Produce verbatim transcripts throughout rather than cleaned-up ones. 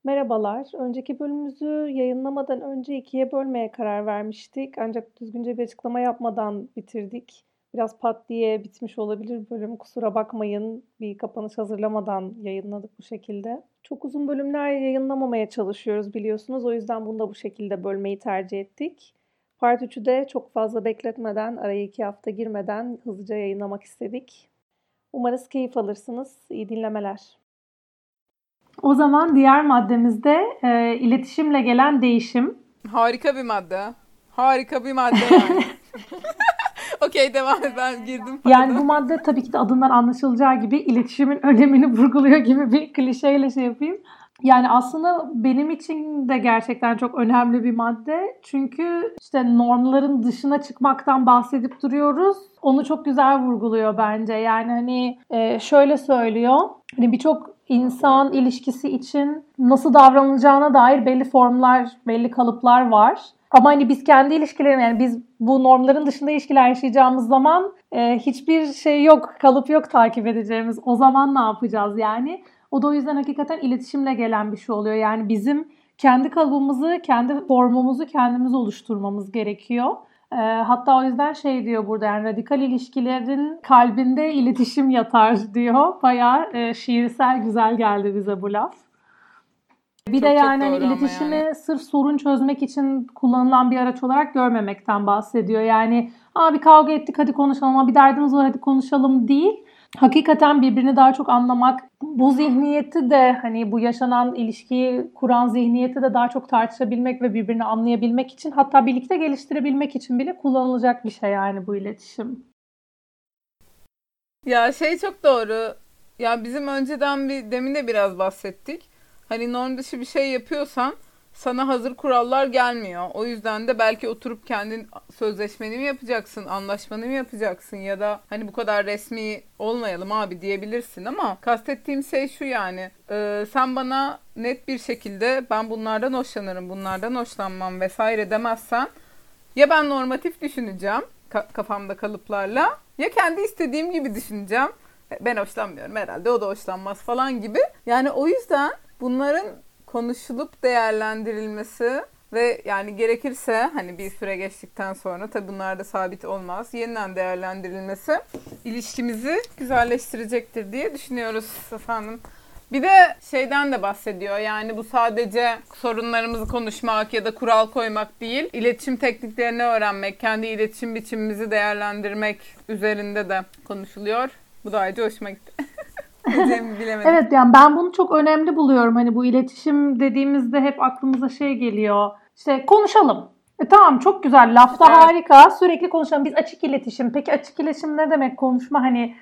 Merhabalar. Önceki bölümümüzü yayınlamadan önce ikiye bölmeye karar vermiştik ancak düzgünce bir açıklama yapmadan bitirdik. Biraz pat diye bitmiş olabilir bölüm, kusura bakmayın. Bir kapanış hazırlamadan yayınladık bu şekilde. Çok uzun bölümler yayınlamamaya çalışıyoruz biliyorsunuz. O yüzden bunu da bu şekilde bölmeyi tercih ettik. Part üçü de çok fazla bekletmeden, araya iki hafta girmeden hızlıca yayınlamak istedik. Umarız keyif alırsınız. İyi dinlemeler. O zaman diğer maddemizde e, iletişimle gelen değişim. Harika bir madde. Harika bir madde yani. Okey, devam et, ben girdim. Pardon. Yani bu madde tabii ki de adından anlaşılacağı gibi iletişimin önemini vurguluyor gibi bir klişeyle şey yapayım. Yani aslında benim için de gerçekten çok önemli bir madde. Çünkü işte normların dışına çıkmaktan bahsedip duruyoruz. Onu çok güzel vurguluyor bence. Yani hani e, şöyle söylüyor. Hani birçok insan ilişkisi için nasıl davranılacağına dair belli formlar, belli kalıplar var. Ama hani biz kendi ilişkilerimiz, yani biz bu normların dışında ilişkiler yaşayacağımız zaman e, hiçbir şey yok, kalıp yok takip edeceğimiz. O zaman ne yapacağız yani? O da o yüzden hakikaten iletişimle gelen bir şey oluyor. Yani bizim kendi kalıbımızı, kendi formumuzu kendimiz oluşturmamız gerekiyor. E, hatta o yüzden şey diyor burada, yani radikal ilişkilerin kalbinde iletişim yatar diyor. Bayağı e, şiirsel, güzel geldi bize bu laf. Bir Çok de çok yani hani doğru ama iletişimi yani. sırf sorun çözmek için kullanılan bir araç olarak görmemekten bahsediyor. Yani Aa, bir kavga ettik hadi konuşalım, ama bir derdimiz var hadi konuşalım değil. Hakikaten birbirini daha çok anlamak, bu zihniyeti de hani bu yaşanan ilişkiyi kuran zihniyeti de daha çok tartışabilmek ve birbirini anlayabilmek için, hatta birlikte geliştirebilmek için bile kullanılacak bir şey yani bu iletişim. Ya şey çok doğru. Ya bizim önceden bir demin de biraz bahsettik. Hani norm dışı bir şey yapıyorsan sana hazır kurallar gelmiyor. O yüzden de belki oturup kendin sözleşmeni mi yapacaksın, anlaşmanı mı yapacaksın ya da hani bu kadar resmi olmayalım abi diyebilirsin ama kastettiğim şey şu yani. E, sen bana net bir şekilde ben bunlardan hoşlanırım, bunlardan hoşlanmam vesaire demezsen ya ben normatif düşüneceğim ka- kafamda kalıplarla ya kendi istediğim gibi düşüneceğim. Ben hoşlanmıyorum herhalde o da hoşlanmaz falan gibi. Yani o yüzden bunların konuşulup değerlendirilmesi ve yani gerekirse hani bir süre geçtikten sonra tabii bunlar da sabit olmaz. Yeniden değerlendirilmesi ilişkimizi güzelleştirecektir diye düşünüyoruz efendim. Bir de şeyden de bahsediyor. Yani bu sadece sorunlarımızı konuşmak ya da kural koymak değil. İletişim tekniklerini öğrenmek, kendi iletişim biçimimizi değerlendirmek üzerinde de konuşuluyor. Bu da ayrıca hoşuma gitti. Diyeceğimi bilemedim. Evet, yani ben bunu çok önemli buluyorum. Hani bu iletişim dediğimizde hep aklımıza şey geliyor. İşte konuşalım. E tamam, çok güzel, lafta Evet. harika, sürekli konuşalım. Biz açık iletişim. Peki açık iletişim ne demek? Konuşma hani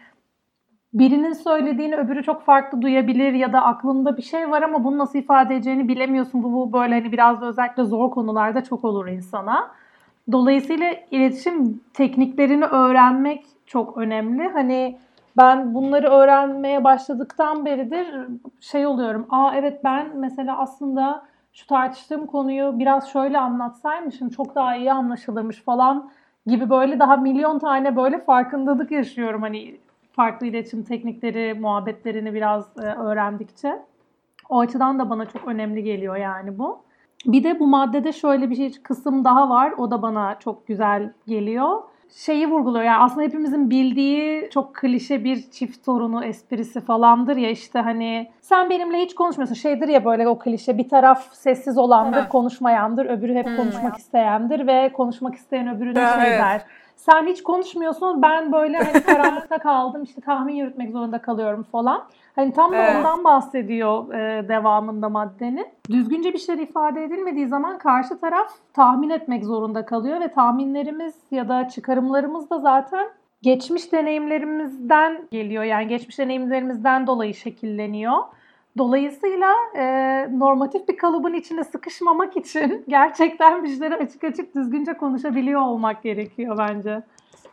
birinin söylediğini öbürü çok farklı duyabilir ya da aklında bir şey var ama bunu nasıl ifade edeceğini bilemiyorsun. Bu, bu böyle hani biraz da özellikle zor konularda çok olur insana. Dolayısıyla iletişim tekniklerini öğrenmek çok önemli. Hani ben bunları öğrenmeye başladıktan beridir şey oluyorum. Aa evet, ben mesela aslında şu tartıştığım konuyu biraz şöyle anlatsaymışım çok daha iyi anlaşılırmış falan gibi, böyle daha milyon tane böyle farkındalık yaşıyorum. Hani farklı iletişim teknikleri, muhabbetlerini biraz e, öğrendikçe. O açıdan da bana çok önemli geliyor yani bu. Bir de bu maddede şöyle bir şey, kısım daha var. O da bana çok güzel geliyor. Şeyi vurguluyor, yani aslında hepimizin bildiği çok klişe bir çift sorunu esprisi falandır ya, işte hani sen benimle hiç konuşmuyorsun. Şeydir ya böyle o klişe, bir taraf sessiz olandır, Ha. konuşmayandır, öbürü hep Hmm. konuşmak isteyendir ve konuşmak isteyen öbürüne Ha, şey evet. der. Sen hiç konuşmuyorsun, ben böyle hani karanlıkta kaldım, işte tahmin yürütmek zorunda kalıyorum falan. Hani tam da Evet. ondan bahsediyor e, devamında maddenin. Düzgünce bir şey ifade edilmediği zaman karşı taraf tahmin etmek zorunda kalıyor ve tahminlerimiz ya da çıkarımlarımız da zaten geçmiş deneyimlerimizden geliyor. Yani geçmiş deneyimlerimizden dolayı şekilleniyor. Dolayısıyla e, normatif bir kalıbın içine sıkışmamak için gerçekten bir şeyleri açık açık düzgünce konuşabiliyor olmak gerekiyor bence.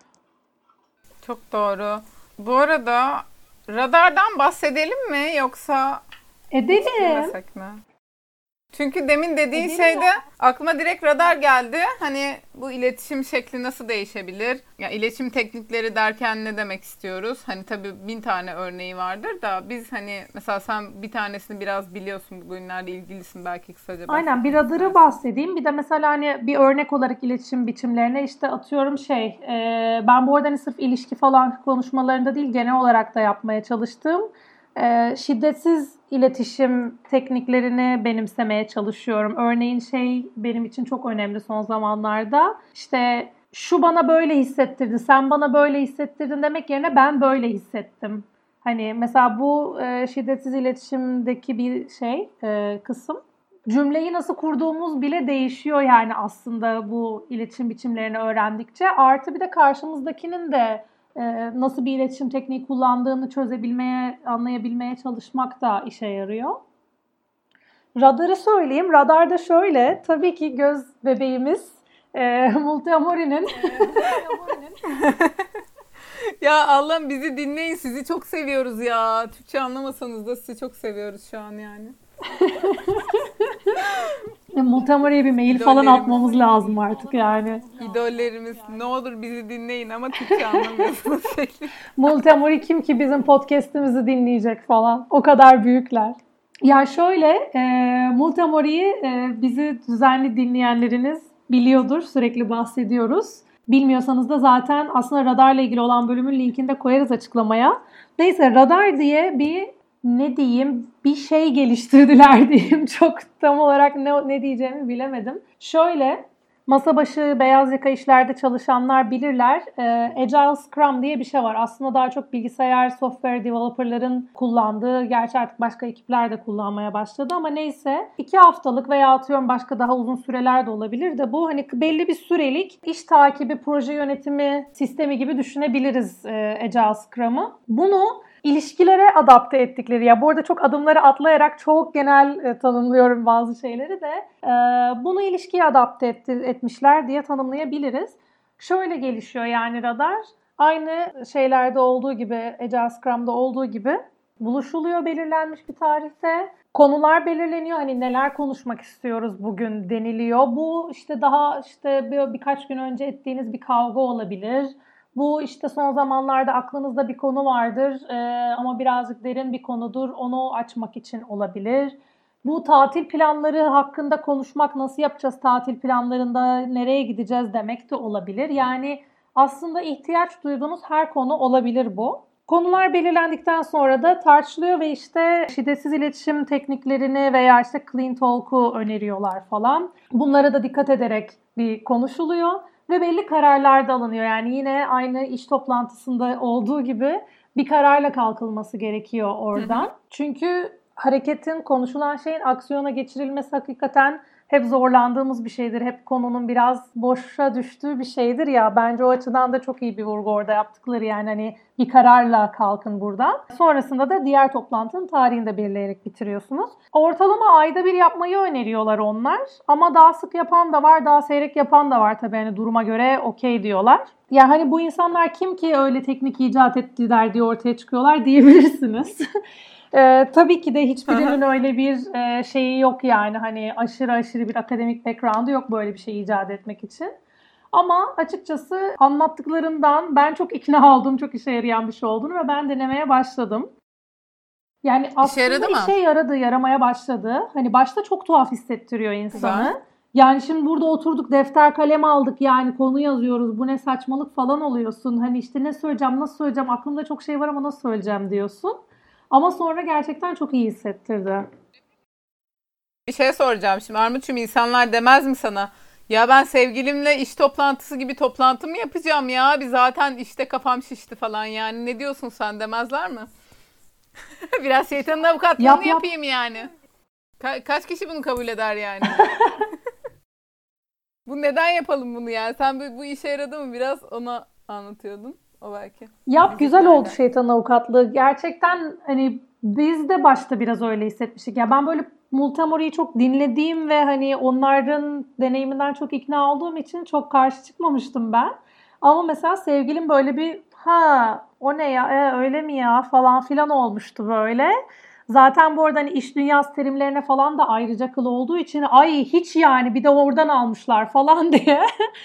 Çok doğru. Bu arada radardan bahsedelim mi yoksa hiç Edelim. girmesek mi? Çünkü demin dediğin E, şeyde aklıma direkt radar geldi. Hani bu iletişim şekli nasıl değişebilir? Ya iletişim teknikleri derken ne demek istiyoruz? Hani tabii bin tane örneği vardır da biz hani mesela sen bir tanesini biraz biliyorsun, bu günlerle ilgilisin, belki kısaca Aynen, bir bahsetmek radarı istersin. bahsedeyim. Bir de mesela hani bir örnek olarak iletişim biçimlerine işte atıyorum şey, e, ben bu arada hani sırf ilişki falan konuşmalarında değil, genel olarak da yapmaya çalıştığım e, şiddetsiz iletişim tekniklerini benimsemeye çalışıyorum. Örneğin şey benim için çok önemli son zamanlarda. İşte şu bana böyle hissettirdi, sen bana böyle hissettirdin demek yerine ben böyle hissettim. Hani mesela bu e, şiddetsiz iletişimdeki bir şey, e, kısım. Cümleyi nasıl kurduğumuz bile değişiyor yani aslında bu iletişim biçimlerini öğrendikçe. Artı bir de karşımızdakinin de e, nasıl bir iletişim tekniği kullandığını çözebilmeye, anlayabilmeye çalışmak da işe yarıyor. Radarı söyleyeyim. Radar da şöyle. Tabii ki göz bebeğimiz e, Multiamori'nin Ya Allah'ım, bizi dinleyin, sizi çok seviyoruz ya. Türkçe anlamasanız da sizi çok seviyoruz şu an yani. Multiamori'ye bir mail falan İdollerimiz. atmamız lazım artık yani. İdollerimiz, ne olur bizi dinleyin ama Türkçe anlamıyorsunuz şekli. Multiamori kim ki bizim podcast'imizi dinleyecek falan. O kadar büyükler. Ya şöyle, e, Multiamori'yi e, bizi düzenli dinleyenleriniz biliyordur. Sürekli bahsediyoruz. Bilmiyorsanız da zaten aslında radarla ilgili olan bölümün linkini de koyarız açıklamaya. Neyse, radar diye bir ne diyeyim bir şey geliştirdiler diyeyim. Çok tam olarak ne, ne diyeceğimi bilemedim. Şöyle, masa başı beyaz yaka işlerde çalışanlar bilirler. Ee, Agile Scrum diye bir şey var. Aslında daha çok bilgisayar software developerların kullandığı, gerçi artık başka ekipler de kullanmaya başladı ama neyse. iki haftalık veya atıyorum başka daha uzun süreler de olabilir de bu hani belli bir sürelik iş takibi, proje yönetimi sistemi gibi düşünebiliriz e, Agile Scrum'ı. Bunu İlişkilere adapte ettikleri, ya bu arada çok adımları atlayarak çok genel e, tanımlıyorum bazı şeyleri de, e, bunu ilişkiye adapte etti, etmişler diye tanımlayabiliriz. Şöyle gelişiyor yani radar, aynı şeylerde olduğu gibi, Agile Scrum'da olduğu gibi buluşuluyor belirlenmiş bir tarihte. Konular belirleniyor, hani neler konuşmak istiyoruz bugün deniliyor. Bu işte daha işte bir, birkaç gün önce ettiğiniz bir kavga olabilir. Bu işte son zamanlarda aklınızda bir konu vardır e, ama birazcık derin bir konudur. Onu açmak için olabilir. Bu tatil planları hakkında konuşmak, nasıl yapacağız tatil planlarında, nereye gideceğiz demek de olabilir. Yani aslında ihtiyaç duyduğunuz her konu olabilir bu. Konular belirlendikten sonra da tartışılıyor ve işte şiddetsiz iletişim tekniklerini veya işte clean talk'u öneriyorlar falan. Bunlara da dikkat ederek bir konuşuluyor. Ve belli kararlar da alınıyor. Yani yine aynı iş toplantısında olduğu gibi bir kararla kalkılması gerekiyor oradan. Hı hı. Çünkü hareketin, konuşulan şeyin aksiyona geçirilmesi hakikaten hep zorlandığımız bir şeydir. Hep konunun biraz boşa düştüğü bir şeydir ya. Bence o açıdan da çok iyi bir vurgu orada yaptıkları, yani hani bir kararla kalkın buradan. Sonrasında da diğer toplantının tarihini de belirleyerek bitiriyorsunuz. Ortalama ayda bir yapmayı öneriyorlar onlar. Ama daha sık yapan da var, daha seyrek yapan da var tabii. Yani duruma göre okey diyorlar. Ya hani bu insanlar kim ki öyle teknik icat ettiler diye ortaya çıkıyorlar diyebilirsiniz. Ee, tabii ki de hiçbirinin öyle bir e, şeyi yok yani, hani aşırı aşırı bir akademik background'u yok böyle bir şey icat etmek için. Ama açıkçası anlattıklarından ben çok ikna oldum, çok işe yarayan bir şey olduğunu ve ben denemeye başladım. Yani aslında İşe yaradı mı? işe yaradı, yaramaya başladı. Hani başta çok tuhaf hissettiriyor insanı. Güzel. Yani şimdi burada oturduk, defter kalem aldık, yani konu yazıyoruz, bu ne saçmalık falan oluyorsun. Hani işte ne söyleyeceğim, nasıl söyleyeceğim, aklımda çok şey var ama nasıl söyleyeceğim diyorsun. Ama sonra gerçekten çok iyi hissettirdi. Bir şey soracağım şimdi Armut'cum, insanlar demez mi sana? Ya ben sevgilimle iş toplantısı gibi toplantı mı yapacağım ya? Bir zaten işte kafam şişti falan, yani ne diyorsun sen, demezler mi? Biraz şeytanın avukatlığını Yap, yap. yapayım yani. Ka- kaç kişi bunu kabul eder yani? Bu neden yapalım bunu yani? Sen bu, bu işe yaradı mı? Biraz ona anlatıyordun. O belki. Yap, Bizim güzel nerede? oldu şeytan avukatlığı. Gerçekten hani biz de başta biraz öyle hissetmiştik. Ya ben böyle Multiamori'yi çok dinlediğim ve hani onların deneyiminden çok ikna olduğum için çok karşı çıkmamıştım ben. Ama mesela sevgilim böyle bir ha o ne ya, e, öyle mi ya falan filan olmuştu böyle. Zaten bu arada hani iş dünyası terimlerine falan da ayrıca kıl olduğu için ay hiç yani bir de oradan almışlar falan diye.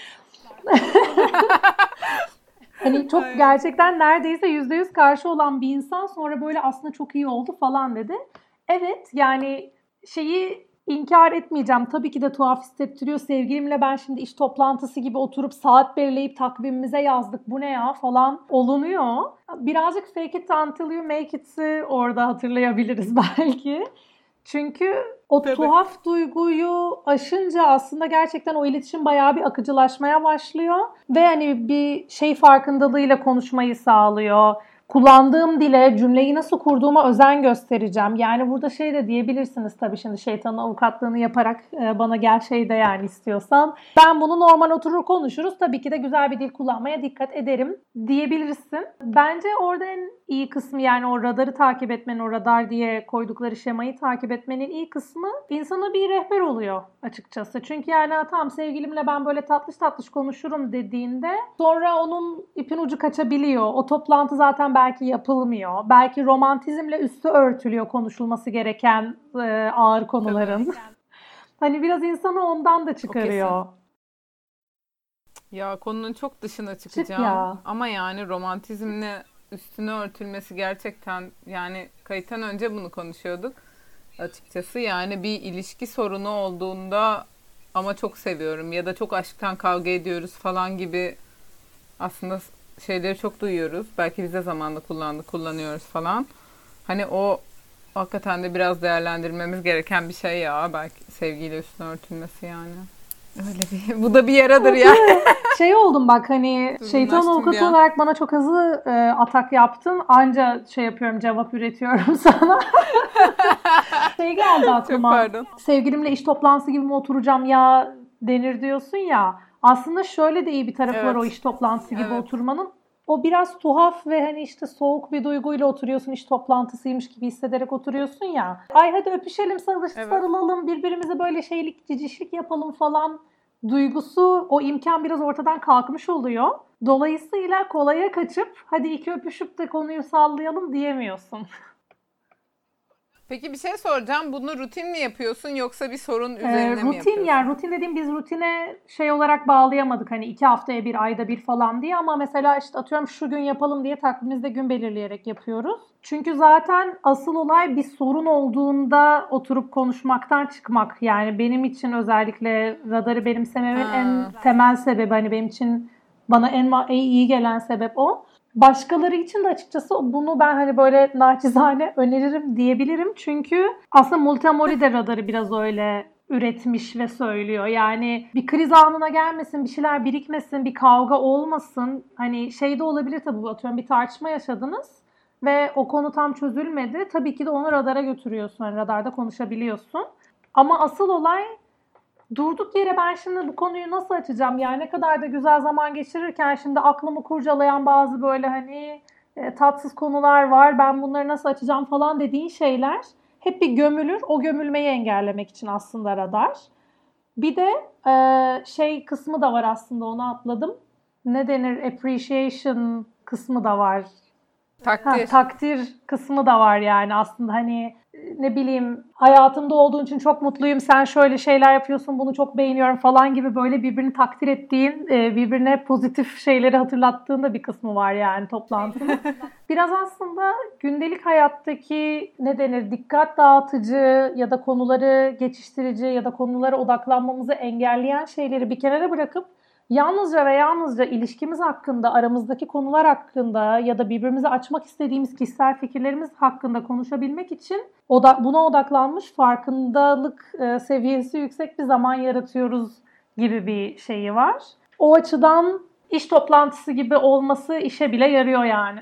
Hani çok Aynen. gerçekten neredeyse yüzde yüz karşı olan bir insan sonra böyle aslında çok iyi oldu falan dedi. Evet yani şeyi inkar etmeyeceğim. Tabii ki de tuhaf hissettiriyor. Sevgilimle ben şimdi iş toplantısı gibi oturup saat belirleyip takvimimize yazdık. Bu ne ya falan olunuyor. Birazcık fake it until you make it'i orada hatırlayabiliriz belki. Çünkü o Tabii. tuhaf duyguyu aşınca aslında gerçekten o iletişim bayağı bir akıcılaşmaya başlıyor. Ve hani bir şey farkındalığıyla konuşmayı sağlıyor. Kullandığım dile, cümleyi nasıl kurduğuma özen göstereceğim. Yani burada şey de diyebilirsiniz tabii şimdi şeytanın avukatlığını yaparak e, bana gel şey de yani istiyorsan. Ben bunu normal oturur konuşuruz. Tabii ki de güzel bir dil kullanmaya dikkat ederim diyebilirsin. Bence orada en iyi kısmı yani o radarı takip etmenin, o radar diye koydukları şemayı takip etmenin iyi kısmı insana bir rehber oluyor açıkçası. Çünkü yani tamam sevgilimle ben böyle tatlış tatlış konuşurum dediğinde sonra onun ipin ucu kaçabiliyor. O toplantı zaten belki yapılmıyor. Belki romantizmle üstü örtülüyor konuşulması gereken e, ağır konuların. Tabii. Hani biraz insanı ondan da çıkarıyor. Ya konunun çok dışına Çık çıkacağım. ya. Ama yani romantizmle üstüne örtülmesi gerçekten yani kayıttan önce bunu konuşuyorduk. Açıkçası yani bir ilişki sorunu olduğunda ama çok seviyorum ya da çok aşktan kavga ediyoruz falan gibi aslında şeyleri çok duyuyoruz. Belki biz de zamanla kullandık, kullanıyoruz falan. Hani o hakikaten de biraz değerlendirmemiz gereken bir şey ya. Belki sevgiyle üstüne örtülmesi yani. Öyle bir. Bu da bir yaradır ya. Şey oldum bak hani şeytan Durgunlaştım bir avukatı an. olarak bana çok hızlı e, atak yaptın. Anca şey yapıyorum cevap üretiyorum sana. Şey geldi Çok aklıma. pardon. Sevgilimle iş toplantısı gibi mi oturacağım ya denir diyorsun ya. Aslında şöyle de iyi bir tarafı var o Evet. iş toplantısı gibi Evet. oturmanın. O biraz tuhaf ve hani işte soğuk bir duyguyla oturuyorsun iş toplantısıymış gibi hissederek oturuyorsun ya. Ay hadi öpüşelim, sarıl- Evet. sarılalım, birbirimize böyle şeylik, cicişlik yapalım falan duygusu o imkan biraz ortadan kalkmış oluyor. Dolayısıyla kolaya kaçıp hadi iki öpüşüp de konuyu sallayalım diyemiyorsun. Peki bir şey soracağım. Bunu rutin mi yapıyorsun yoksa bir sorun Ee, üzerine mi rutin yani yapıyorsun? rutin dediğim biz rutine şey olarak bağlayamadık hani iki haftaya bir ayda bir falan diye ama mesela işte atıyorum şu gün yapalım diye takvimimizde gün belirleyerek yapıyoruz. Çünkü zaten asıl olay bir sorun olduğunda oturup konuşmaktan çıkmak. Yani benim için özellikle radarı benimsememin en Ha, temel sebebi hani benim için bana en, en iyi gelen sebep o. Başkaları için de açıkçası bunu ben hani böyle naçizane öneririm diyebilirim. Çünkü aslında Multamori de radarı biraz öyle üretmiş ve söylüyor. Yani bir kriz anına gelmesin, bir şeyler birikmesin, bir kavga olmasın. Hani şey de olabilir tabii bu atıyorum bir tartışma yaşadınız ve o konu tam çözülmedi. Tabii ki de onu radara götürüyorsun. Yani radarda konuşabiliyorsun. Ama asıl olay durduk yere ben şimdi bu konuyu nasıl açacağım? Yani ne kadar da güzel zaman geçirirken şimdi aklımı kurcalayan bazı böyle hani e, tatsız konular var. Ben bunları nasıl açacağım falan dediğin şeyler hep bir gömülür. O gömülmeyi engellemek için aslında radar. Bir de e, şey kısmı da var aslında onu atladım. Ne denir? Appreciation kısmı da var. Ha, takdir. takdir kısmı da var yani aslında hani ne bileyim hayatımda olduğun için çok mutluyum sen şöyle şeyler yapıyorsun bunu çok beğeniyorum falan gibi böyle birbirini takdir ettiğin birbirine pozitif şeyleri hatırlattığın da bir kısmı var yani toplantının. Biraz aslında gündelik hayattaki ne denir dikkat dağıtıcı ya da konuları geçiştirici ya da konulara odaklanmamızı engelleyen şeyleri bir kenara bırakıp yalnızca ve yalnızca ilişkimiz hakkında, aramızdaki konular hakkında ya da birbirimize açmak istediğimiz kişisel fikirlerimiz hakkında konuşabilmek için buna odaklanmış farkındalık seviyesi yüksek bir zaman yaratıyoruz gibi bir şeyi var. O açıdan iş toplantısı gibi olması işe bile yarıyor yani.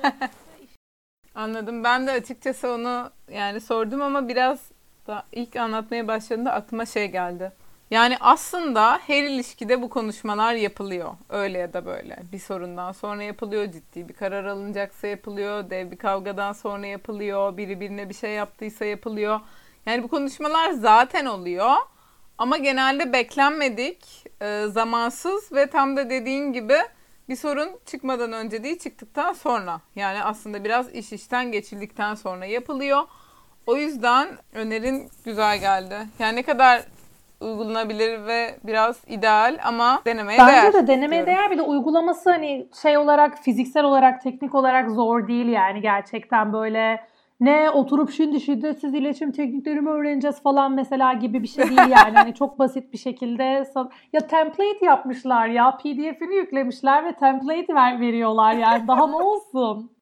Anladım. Ben de açıkçası onu yani sordum ama biraz da ilk anlatmaya başladığında aklıma şey geldi. Yani aslında her ilişkide bu konuşmalar yapılıyor. Öyle ya da böyle. Bir sorundan sonra yapılıyor. Ciddi bir karar alınacaksa yapılıyor. Dev bir kavgadan sonra yapılıyor. Biri birine bir şey yaptıysa yapılıyor. Yani bu konuşmalar zaten oluyor. Ama genelde beklenmedik, e, zamansız ve tam da dediğin gibi bir sorun çıkmadan önce değil çıktıktan sonra. Yani aslında biraz iş işten geçildikten sonra yapılıyor. O yüzden önerin güzel geldi. Yani ne kadar uygulanabilir ve biraz ideal ama denemeye Bence değer de denemeye diyorum. değer. Bir de uygulaması hani şey olarak, fiziksel olarak, teknik olarak zor değil yani gerçekten böyle ne oturup şimdi şiddetsiz iletişim tekniklerimi öğreneceğiz falan mesela gibi bir şey değil yani. Hani çok basit bir şekilde sa- ya template yapmışlar ya P D F'ini yüklemişler ve template ver veriyorlar yani daha ne olsun?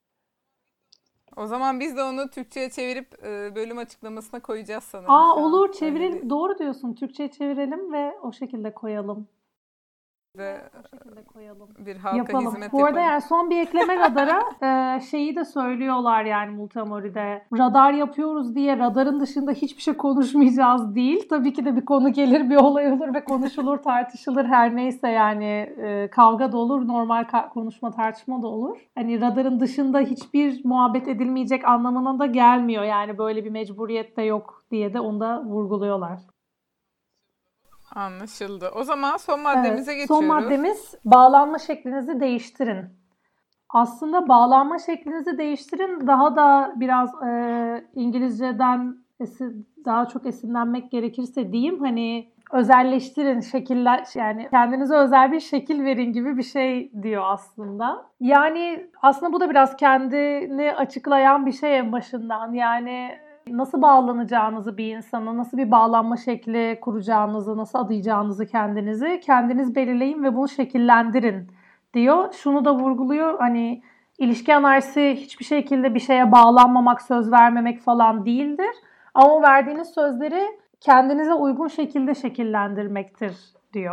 O zaman biz de onu Türkçe'ye çevirip e, bölüm açıklamasına koyacağız sanırım Aa şu an. olur Öyle bir çevirelim. Doğru diyorsun. Türkçe'ye çevirelim ve o şekilde koyalım. Ve de o şekilde koyalım. bir halka Yapalım. hizmet Bu arada yapalım. yani son bir ekleme radara e, şeyi de söylüyorlar yani Multamori'de. Radar yapıyoruz diye radarın dışında hiçbir şey konuşmayacağız değil. Tabii ki de bir konu gelir, bir olay olur ve konuşulur, tartışılır her neyse yani e, kavga da olur, normal ka- konuşma, tartışma da olur. Hani radarın dışında hiçbir muhabbet edilmeyecek anlamına da gelmiyor. Yani böyle bir mecburiyet de yok diye de onu da vurguluyorlar. Anlaşıldı. O zaman son Evet. maddemize Son geçiyoruz. maddemiz bağlanma şeklinizi değiştirin. Aslında bağlanma şeklinizi değiştirin. Daha da biraz e, İngilizceden esin, daha çok esinlenmek gerekirse diyeyim. Hani özelleştirin, şekiller yani kendinize özel bir şekil verin gibi bir şey diyor aslında. Yani aslında bu da biraz kendini açıklayan bir şey en başından. Yani nasıl bağlanacağınızı bir insana, nasıl bir bağlanma şekli kuracağınızı, nasıl adayacağınızı kendinizi kendiniz belirleyin ve bunu şekillendirin diyor. Şunu da vurguluyor hani ilişki anarşisi hiçbir şekilde bir şeye bağlanmamak, söz vermemek falan değildir. Ama o verdiğiniz sözleri kendinize uygun şekilde şekillendirmektir diyor.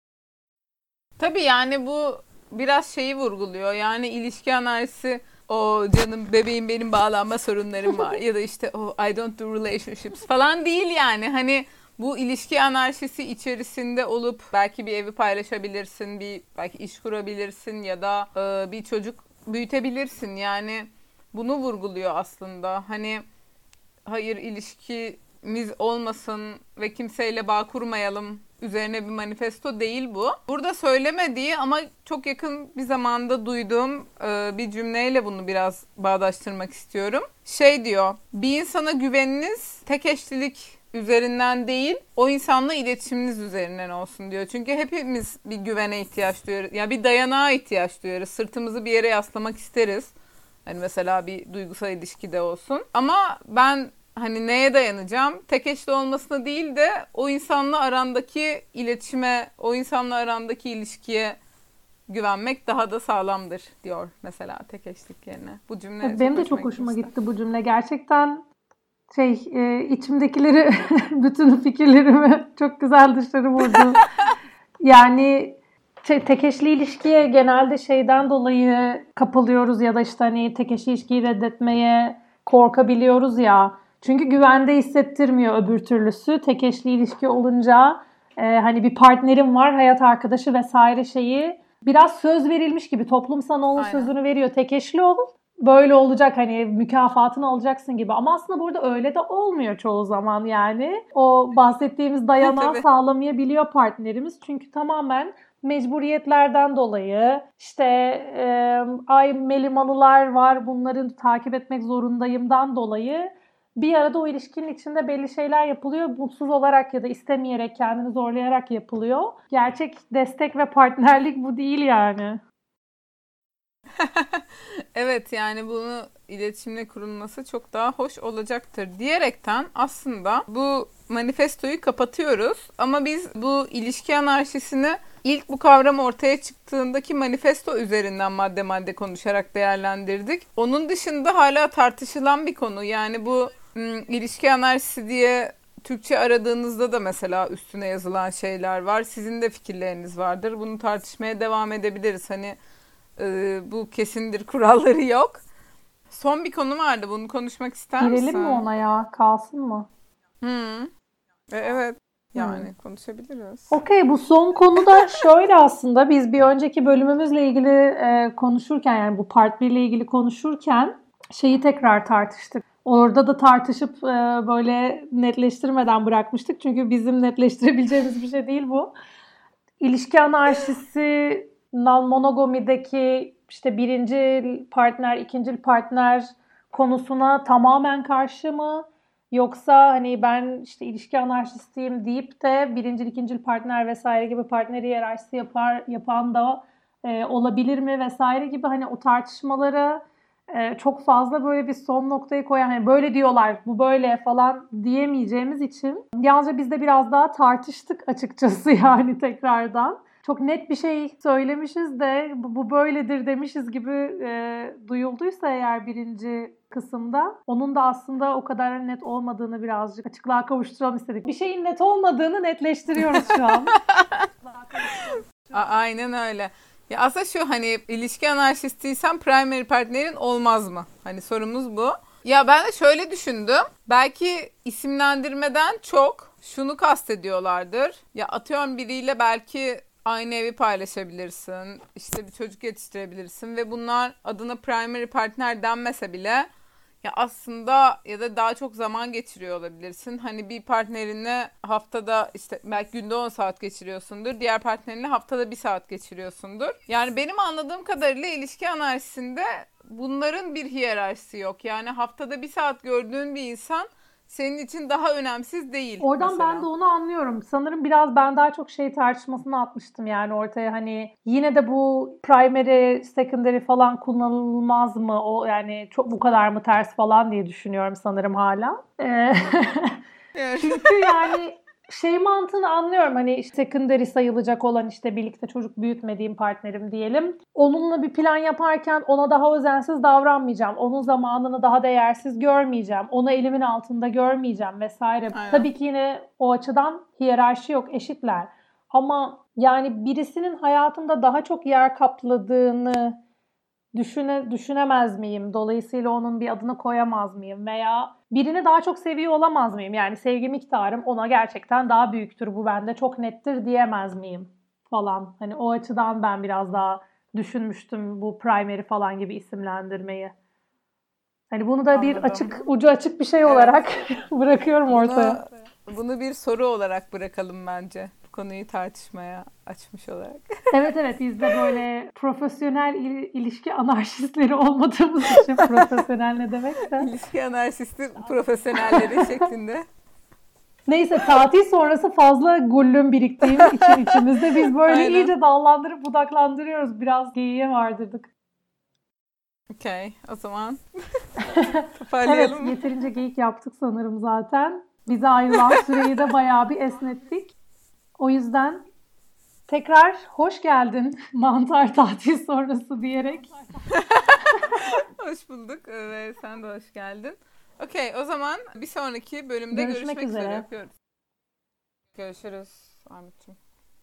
Tabii yani bu biraz şeyi vurguluyor. Yani ilişki analizi o canım bebeğim benim bağlanma sorunlarım var ya da işte o I don't do relationships falan değil yani. Hani bu ilişki anarşisi içerisinde olup belki bir evi paylaşabilirsin, bir belki iş kurabilirsin ya da e, bir çocuk büyütebilirsin. Yani bunu vurguluyor aslında. Hani hayır ilişkimiz olmasın ve kimseyle bağ kurmayalım üzerine bir manifesto değil bu. Burada söylemediği ama çok yakın bir zamanda duyduğum e, bir cümleyle bunu biraz bağdaştırmak istiyorum. Şey diyor, bir insana güveniniz tek eşlilik üzerinden değil, o insanla iletişiminiz üzerinden olsun diyor. Çünkü hepimiz bir güvene ihtiyaç duyuyoruz. Ya bir dayanağa ihtiyaç duyuyoruz. Sırtımızı bir yere yaslamak isteriz. Hani mesela bir duygusal ilişkide olsun. Ama ben hani neye dayanacağım? Tek eşli olmasına değil de o insanla arandaki iletişime, o insanla arandaki ilişkiye güvenmek daha da sağlamdır diyor mesela tek eşlik yerine. Bu cümle çok Benim de hoşuma çok hoşuma gitmişti. gitti bu cümle. Gerçekten şey e, içimdekileri bütün fikirlerimi çok güzel dışarı vurdu. Yani şey, tek eşli ilişkiye genelde şeyden dolayı kapılıyoruz ya da işte hani tek eşli ilişkiyi reddetmeye korkabiliyoruz ya. Çünkü güvende hissettirmiyor öbür türlüsü. Tek eşli ilişki olunca e, hani bir partnerim var, hayat arkadaşı vesaire şeyi biraz söz verilmiş gibi. Toplum sana onun Aynen. sözünü veriyor. Tek eşli ol. Böyle olacak hani mükafatını alacaksın gibi. Ama aslında burada öyle de olmuyor çoğu zaman yani. O bahsettiğimiz dayanağı Tabii. sağlamayabiliyor partnerimiz. Çünkü tamamen mecburiyetlerden dolayı işte e, ay melimalılar var bunları takip etmek zorundayımdan dolayı bir arada o ilişkinin içinde belli şeyler yapılıyor. Mutsuz olarak ya da istemeyerek kendini zorlayarak yapılıyor. Gerçek destek ve partnerlik bu değil yani. Evet yani bunu iletişimle kurulması çok daha hoş olacaktır diyerekten aslında bu manifestoyu kapatıyoruz. Ama biz bu ilişki anarşisini ilk bu kavram ortaya çıktığındaki manifesto üzerinden madde madde konuşarak değerlendirdik. Onun dışında hala tartışılan bir konu. Yani bu ım, ilişki anarşisi diye Türkçe aradığınızda da mesela üstüne yazılan şeyler var. Sizin de fikirleriniz vardır. Bunu tartışmaya devam edebiliriz. Hani ee, bu kesindir, kuralları yok. Son bir konu vardı. Bunu konuşmak ister Girelim mi misin? ona ya? Kalsın mı? Hı. E, evet. Hmm. Yani konuşabiliriz. Okey, bu son konu da şöyle aslında biz bir önceki bölümümüzle ilgili e, konuşurken yani bu part bir ile ilgili konuşurken şeyi tekrar tartıştık. Orada da tartışıp e, böyle netleştirmeden bırakmıştık. Çünkü bizim netleştirebileceğimiz bir şey değil bu. İlişki anarşisi, non-monogamideki işte birinci partner, ikinci partner konusuna tamamen karşı mı? Yoksa hani ben işte ilişki anarşistiyim deyip de birincil, ikincil partner vesaire gibi partner hiyerarşisi yapar, yapan da e, olabilir mi vesaire gibi hani o tartışmalara e, çok fazla böyle bir son noktayı koyan hani böyle diyorlar bu böyle falan diyemeyeceğimiz için yalnızca biz de biraz daha tartıştık açıkçası yani tekrardan. Çok net bir şey söylemişiz de bu, bu böyledir demişiz gibi e, duyulduysa eğer birinci kısımda onun da aslında o kadar net olmadığını birazcık açıklığa kavuşturalım istedik. Bir şeyin net olmadığını netleştiriyoruz şu an. A- aynen öyle. Ya aslında şu hani ilişki anarşistiysen primary partnerin olmaz mı? Hani sorumuz bu. Ya ben de şöyle düşündüm. Belki isimlendirmeden çok şunu kastediyorlardır. Ya atıyorum biriyle belki aynı evi paylaşabilirsin. İşte bir çocuk yetiştirebilirsin ve bunlar adına primary partner denmese bile ya aslında ya da daha çok zaman geçiriyor olabilirsin. Hani bir partnerinle haftada işte belki günde on saat geçiriyorsundur. Diğer partnerinle haftada bir saat geçiriyorsundur. Yani benim anladığım kadarıyla ilişki anarşisinde bunların bir hiyerarşisi yok. Yani haftada bir saat gördüğün bir insan senin için daha önemsiz değil Oradan mesela. ben de onu anlıyorum. Sanırım biraz ben daha çok şey tartışmasını atmıştım yani ortaya hani yine de bu primary, secondary falan kullanılmaz mı? O yani çok bu kadar mı ters falan diye düşünüyorum sanırım hala. Ee, Evet. Çünkü yani şey mantığını anlıyorum hani işte secondary sayılacak olan işte birlikte çocuk büyütmediğim partnerim diyelim. Onunla bir plan yaparken ona daha özensiz davranmayacağım. Onun zamanını daha değersiz görmeyeceğim. Onu elimin altında görmeyeceğim vesaire. Aynen. Tabii ki yine o açıdan hiyerarşi yok, eşitler. Ama yani birisinin hayatımda daha çok yer kapladığını düşüne, düşünemez miyim? Dolayısıyla onun bir adını koyamaz mıyım? Veya birini daha çok seviyor olamaz mıyım? Yani sevgi miktarım ona gerçekten daha büyüktür. Bu bende çok nettir diyemez miyim? Falan. Hani o açıdan ben biraz daha düşünmüştüm bu primary falan gibi isimlendirmeyi. Hani bunu da bir Anladım. açık, ucu açık bir şey Evet. olarak bırakıyorum ortaya. Bunu, bunu bir soru olarak bırakalım bence. Bu konuyu tartışmaya açmış olarak. Evet evet biz de böyle profesyonel il- ilişki anarşistleri olmadığımız için profesyonel ne demekse. İlişki anarşisti profesyonelleri şeklinde. Neyse tatil sonrası fazla gullüm biriktiği için içimizde biz böyle Aynen. iyice dallandırıp budaklandırıyoruz. Biraz geyiğe vardırdık. Okey, o zaman Evet toparlayalım mı? yeterince geyik yaptık sanırım zaten. Bize ayrılan süreyi de bayağı bir esnettik. O yüzden tekrar hoş geldin mantar tatil sonrası diyerek. Hoş bulduk ve sen de hoş geldin. Okey, o zaman bir sonraki bölümde Görüşmek görüşmek üzere üzere. yapıyoruz. Görüşürüz Ahmetciğim.